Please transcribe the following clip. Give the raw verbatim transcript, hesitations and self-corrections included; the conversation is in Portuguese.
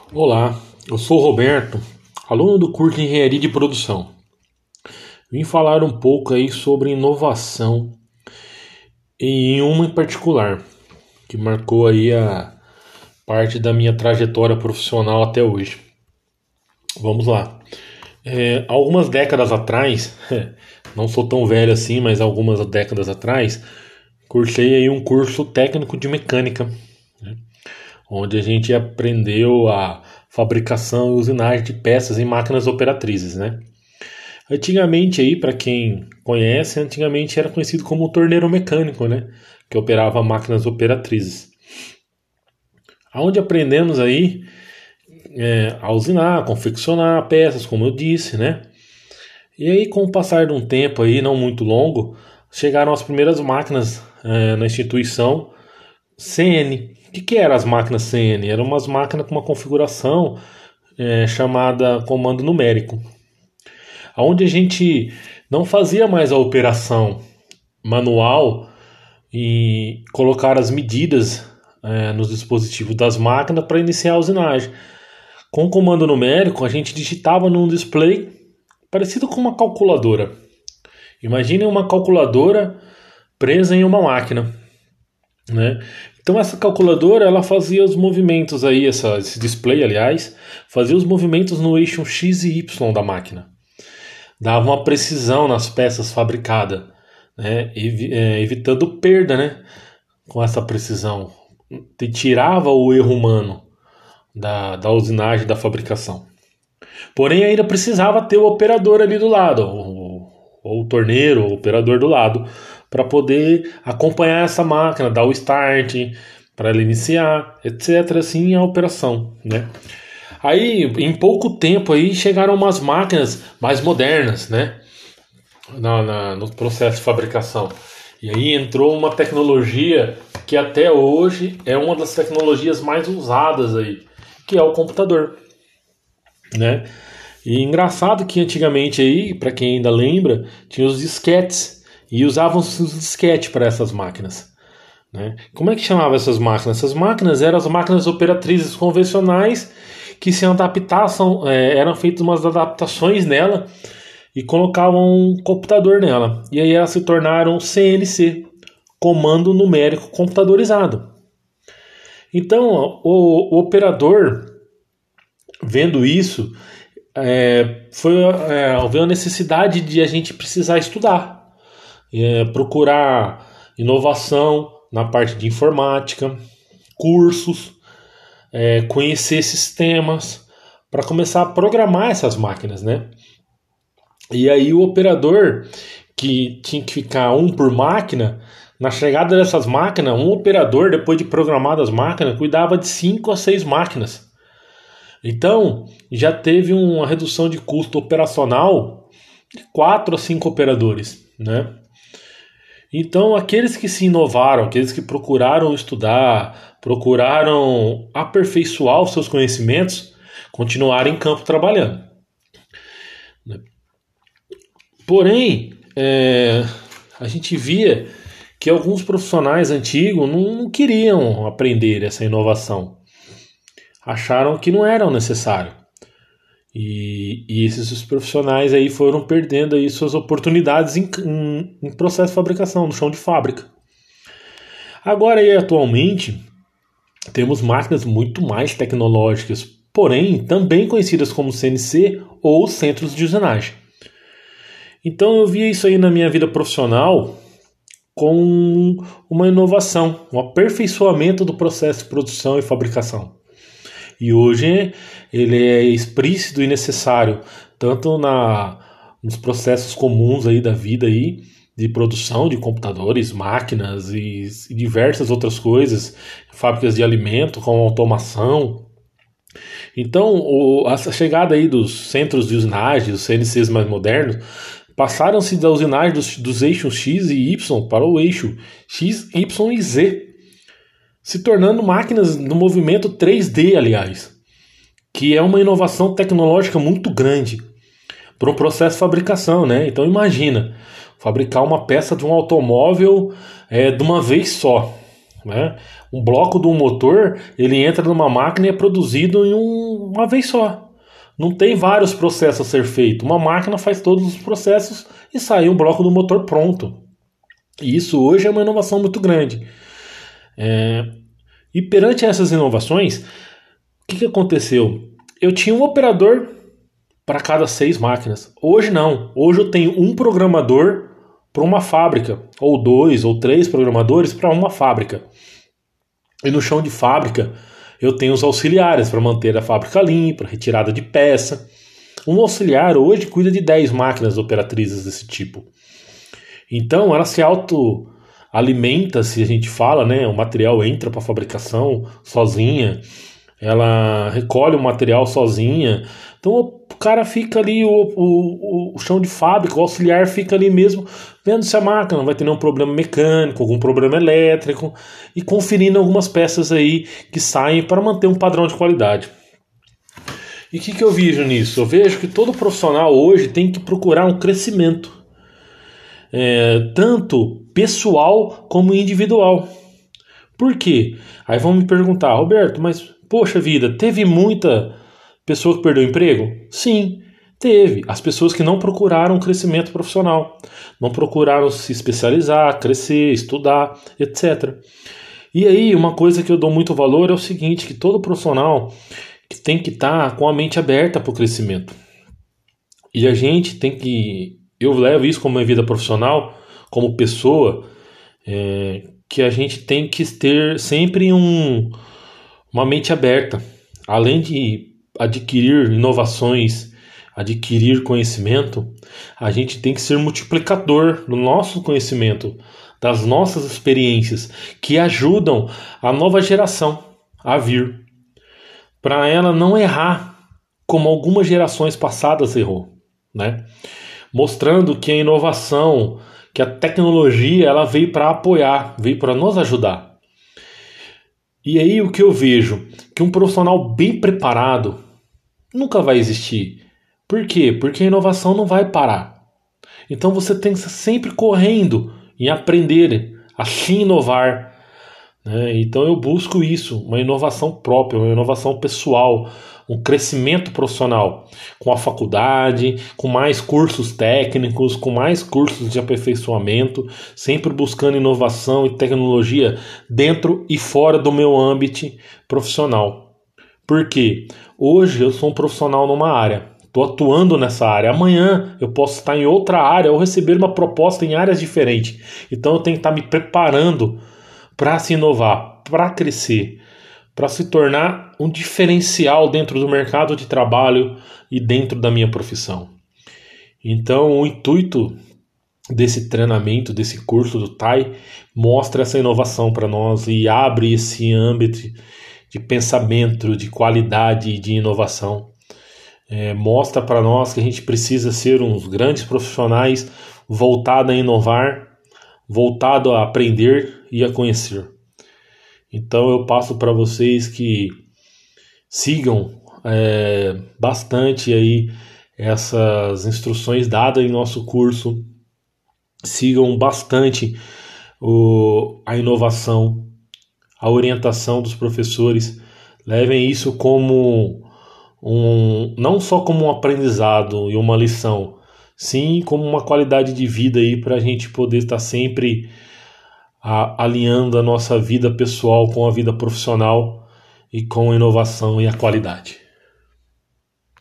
Olá, eu sou o Roberto, aluno do curso de Engenharia de Produção. Vim falar um pouco aí sobre inovação em uma em particular, que marcou aí a parte da minha trajetória profissional até hoje. Vamos lá. É, algumas décadas atrás, não sou tão velho assim, mas algumas décadas atrás, cursei aí um curso técnico de mecânica, né, onde a gente aprendeu a fabricação e usinagem de peças em máquinas operatrizes, né? Antigamente aí, para quem conhece, antigamente era conhecido como torneiro mecânico, né? Que operava máquinas operatrizes. Aonde aprendemos aí é, a usinar, a confeccionar peças, como eu disse, né? E aí, com o passar de um tempo aí, não muito longo, chegaram as primeiras máquinas é, na instituição C N. O que, que eram as máquinas C N? Eram umas máquinas com uma configuração é, chamada comando numérico, onde a gente não fazia mais a operação manual e colocar as medidas é, nos dispositivos das máquinas para iniciar a usinagem. Com o comando numérico, a gente digitava num display parecido com uma calculadora. Imagine uma calculadora presa em uma máquina, né? Então essa calculadora ela fazia os movimentos aí, essa, esse display aliás, fazia os movimentos no eixo X e Y da máquina. Dava uma precisão nas peças fabricadas, né? Evi- é, evitando perda, né? Com essa precisão. E tirava o erro humano da, da usinagem da fabricação. Porém ainda precisava ter o operador ali do lado, ou, ou o torneiro, o operador do lado, para poder acompanhar essa máquina, dar o start, para ela iniciar, etc. Assim a operação, né? Aí, em pouco tempo aí chegaram umas máquinas mais modernas, né? Na, na- no processo de fabricação. E aí entrou uma tecnologia que até hoje é uma das tecnologias mais usadas aí, que é o computador, né? E engraçado que antigamente aí, para quem ainda lembra, tinha os disquetes e usavam os disquetes para essas máquinas, né? Como é que chamava essas máquinas? Essas máquinas eram as máquinas operatrizes convencionais que se adaptassem, é, eram feitas umas adaptações nela e colocavam um computador nela. E aí elas se tornaram C N C, Comando Numérico Computadorizado. Então o, o operador, vendo isso, é, foi é, houve a necessidade de a gente precisar estudar, é, procurar inovação na parte de informática, cursos, é, conhecer sistemas para começar a programar essas máquinas, né? E aí o operador que tinha que ficar um por máquina, na chegada dessas máquinas, um operador, depois de programadas as máquinas, cuidava de cinco a seis máquinas. Então, já teve uma redução de custo operacional de quatro a cinco operadores, né? Então, aqueles que se inovaram, aqueles que procuraram estudar, procuraram aperfeiçoar os seus conhecimentos, continuaram em campo trabalhando, né? Porém, é, a gente via que alguns profissionais antigos não, não queriam aprender essa inovação, acharam que não era necessário. E, e esses profissionais aí foram perdendo aí suas oportunidades em, em, em processo de fabricação, no chão de fábrica. Agora aí atualmente temos máquinas muito mais tecnológicas, porém também conhecidas como C N C ou centros de usinagem. Então eu via isso aí na minha vida profissional com uma inovação, um aperfeiçoamento do processo de produção e fabricação. E hoje ele é explícito e necessário tanto na, nos processos comuns aí da vida aí, de produção de computadores, máquinas e, e diversas outras coisas, fábricas de alimento com automação. Então o, a chegada aí dos centros de usinagem, os C N Cs mais modernos, passaram-se da usinagem dos, dos eixos X e Y para o eixo X, Y e Z, se tornando máquinas no movimento três D, aliás, que é uma inovação tecnológica muito grande para o processo de fabricação, né? Então imagina, fabricar uma peça de um automóvel é, de uma vez só, né? Um bloco de um motor, ele entra numa máquina e é produzido em um, uma vez só. Não tem vários processos a ser feito. Uma máquina faz todos os processos e sai um bloco do motor pronto. E isso hoje é uma inovação muito grande. É... E perante essas inovações, o que, que aconteceu? Eu tinha um operador para cada seis máquinas. Hoje não. Hoje eu tenho um programador para uma fábrica, ou dois ou três programadores para uma fábrica. E no chão de fábrica eu tenho os auxiliares para manter a fábrica limpa, retirada de peça. Um auxiliar hoje cuida de dez máquinas operatrizes desse tipo. Então ela se autoalimenta, se a gente fala, né? O material entra para a fabricação sozinha, ela recolhe o material sozinha. Então o cara fica ali, o, o, o chão de fábrica, o auxiliar fica ali mesmo, vendo se a máquina não vai ter nenhum problema mecânico, algum problema elétrico, e conferindo algumas peças aí que saem para manter um padrão de qualidade. E o que, que eu vejo nisso? Eu vejo que todo profissional hoje tem que procurar um crescimento, é, tanto pessoal como individual. Por quê? Aí vão me perguntar, Roberto, mas poxa vida, teve muita pessoa que perdeu o emprego? Sim, teve. As pessoas que não procuraram um crescimento profissional, não procuraram se especializar, crescer, estudar, etcétera. E aí, uma coisa que eu dou muito valor é o seguinte, que todo profissional tem que estar com a mente aberta para o crescimento. E a gente tem que... Eu levo isso como minha vida profissional, como pessoa, é, que a gente tem que ter sempre um, uma mente aberta. Além de adquirir inovações, adquirir conhecimento, a gente tem que ser multiplicador do nosso conhecimento, das nossas experiências, que ajudam a nova geração a vir, para ela não errar como algumas gerações passadas errou, né? Mostrando que a inovação, que a tecnologia, ela veio para apoiar, veio para nos ajudar. E aí o que eu vejo? Que um profissional bem preparado nunca vai existir. Por quê? Porque a inovação não vai parar. Então você tem que estar sempre correndo em aprender, a se inovar, né? Então eu busco isso, uma inovação própria, uma inovação pessoal, um crescimento profissional, com a faculdade, com mais cursos técnicos, com mais cursos de aperfeiçoamento, sempre buscando inovação e tecnologia dentro e fora do meu âmbito profissional. Por quê? Hoje eu sou um profissional numa área, estou atuando nessa área. Amanhã eu posso estar em outra área ou receber uma proposta em áreas diferentes. Então eu tenho que estar me preparando para se inovar, para crescer, para se tornar um diferencial dentro do mercado de trabalho e dentro da minha profissão. Então o intuito desse treinamento, desse curso do T A I, mostra essa inovação para nós e abre esse âmbito de pensamento, de qualidade e de inovação. É, mostra para nós que a gente precisa ser uns grandes profissionais voltados a inovar, voltado a aprender e a conhecer. Então eu passo para vocês que sigam é, bastante aí essas instruções dadas em nosso curso, sigam bastante o, a inovação, a orientação dos professores, levem isso como um, não só como um aprendizado e uma lição, sim como uma qualidade de vida aí para a gente poder estar sempre a, alinhando a nossa vida pessoal com a vida profissional e com a inovação e a qualidade.